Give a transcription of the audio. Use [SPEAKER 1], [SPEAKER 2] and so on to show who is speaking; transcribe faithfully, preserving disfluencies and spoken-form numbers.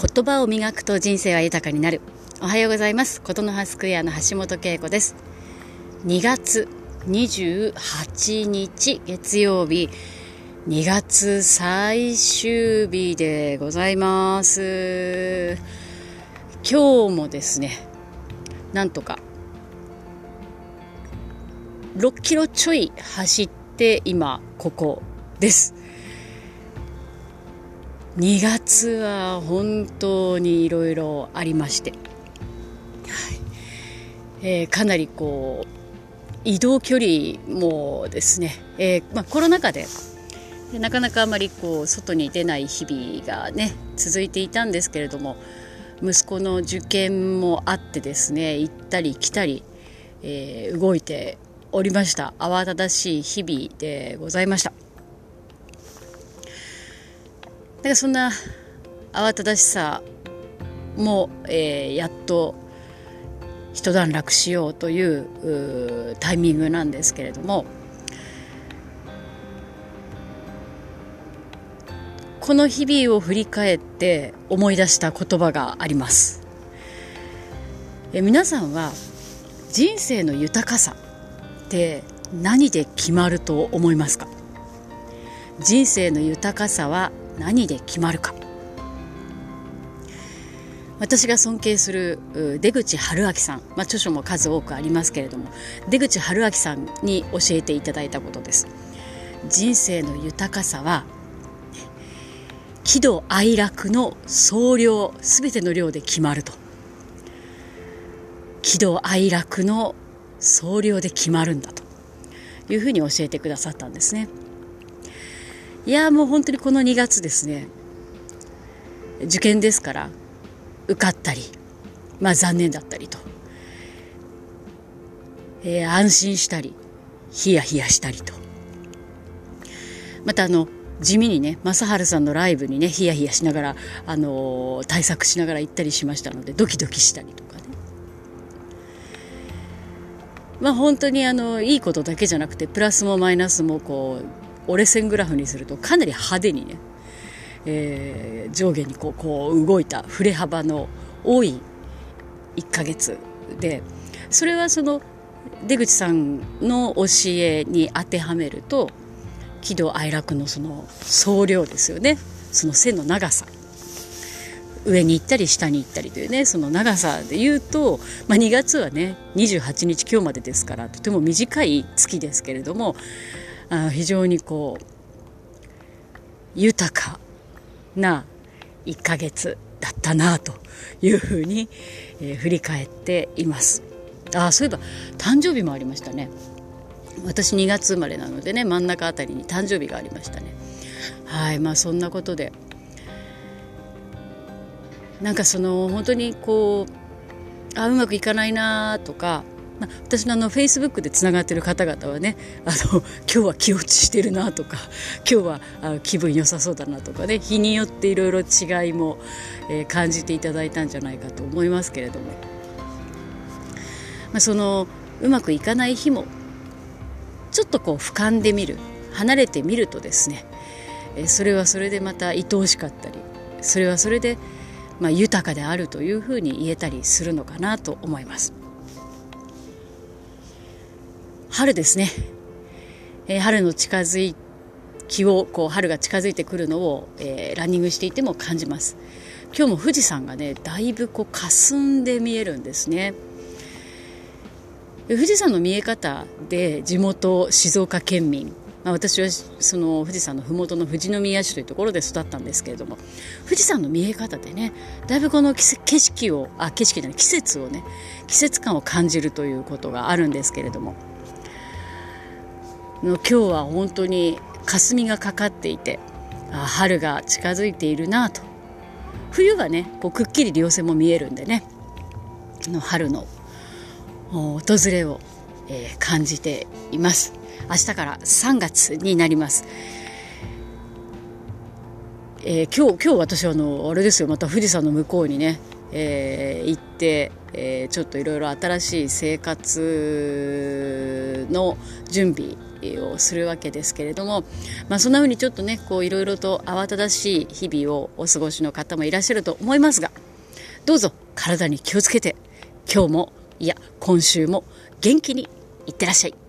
[SPEAKER 1] 言葉を磨くと人生は豊かになる。おはようございます。ことの葉スクエアの橋本恵子です。にがつにじゅうはちにち月曜日、にがつ最終日でございます。今日もですね、なんとかろっキロちょい走って今ここです。にがつは本当にいろいろありまして、はいえー、かなりこう移動距離もですね、えーまあ、コロナ禍でなかなかあまりこう外に出ない日々がね続いていたんですけれども、息子の受験もあってですね、行ったり来たり、えー、動いておりました。慌ただしい日々でございました。だからそんな慌ただしさも、えー、やっと一段落しようというタイミングなんですけれども、この日々を振り返って思い出した言葉があります。え皆さんは人生の豊かさって何で決まると思いますか？人生の豊かさは何で決まるか。私が尊敬する出口春明さん、まあ、著書も数多くありますけれども、出口春明さんに教えていただいたことです。人生の豊かさは喜怒哀楽の総量、すべての量で決まると。喜怒哀楽の総量で決まるんだというふうに教えてくださったんですね。いやもう本当にこのにがつですね、受験ですから受かったり、まあ残念だったりと、えー、安心したりヒヤヒヤしたりと、またあの地味にね正治さんのライブにねヒヤヒヤしながら、あのー、対策しながら行ったりしましたので、ドキドキしたりとかね、まあ本当にあのいいことだけじゃなくてプラスもマイナスもこう折れ線グラフにするとかなり派手にね、えー、上下にこう、こう動いた振れ幅の多いいっかげつで、それはその出口さんの教えに当てはめると喜怒哀楽のその総量ですよね。その線の長さ、上に行ったり下に行ったりというね、その長さで言うと、まあ、にがつはねにじゅうはちにち今日までですから、とても短い月ですけれども、あ非常にこう豊かないっかげつだったなというふうに、えー、振り返っています。あ、そういえば誕生日もありましたね。私にがつ生まれなのでね、真ん中あたりに誕生日がありましたね。はい、まあそんなことで、なんかその本当にこうあうまくいかないなとか、まあ、私のあのフェイスブックでつながっている方々はね、あの今日は気落ちしてるなとか、今日はあ気分良さそうだなとかね、日によっていろいろ違いも、えー、感じていただいたんじゃないかと思いますけれども、まあ、そのうまくいかない日もちょっとこう俯瞰で見る、離れてみるとですね、えー、それはそれでまた愛おしかったり、それはそれで、まあ、豊かであるというふうに言えたりするのかなと思います。春ですね、えー、春の近づきをこう春が近づいてくるのを、えー、ランニングしていても感じます。今日も富士山がねだいぶこう霞んで見えるんですね。富士山の見え方で地元静岡県民、まあ、私はその富士山のふもとの富士宮市というところで育ったんですけれども、富士山の見え方でねだいぶこの景色をあ景色じゃない季節をね季節感を感じるということがあるんですけれども、今日は本当に霞がかかっていて、あ春が近づいているなと。冬はねこうくっきり稜線も見えるんでね、の春の訪れを、えー、感じています。明日からさんがつになります。えー、今日今日私はあのあれですよ、また富士山の向こうにね、えー、行って、えー、ちょっといろいろ新しい生活の準備をするわけですけれども、まあ、そんな風にちょっとねこういろいろと慌ただしい日々をお過ごしの方もいらっしゃると思いますが、どうぞ体に気をつけて今日もいや今週も元気にいってらっしゃい。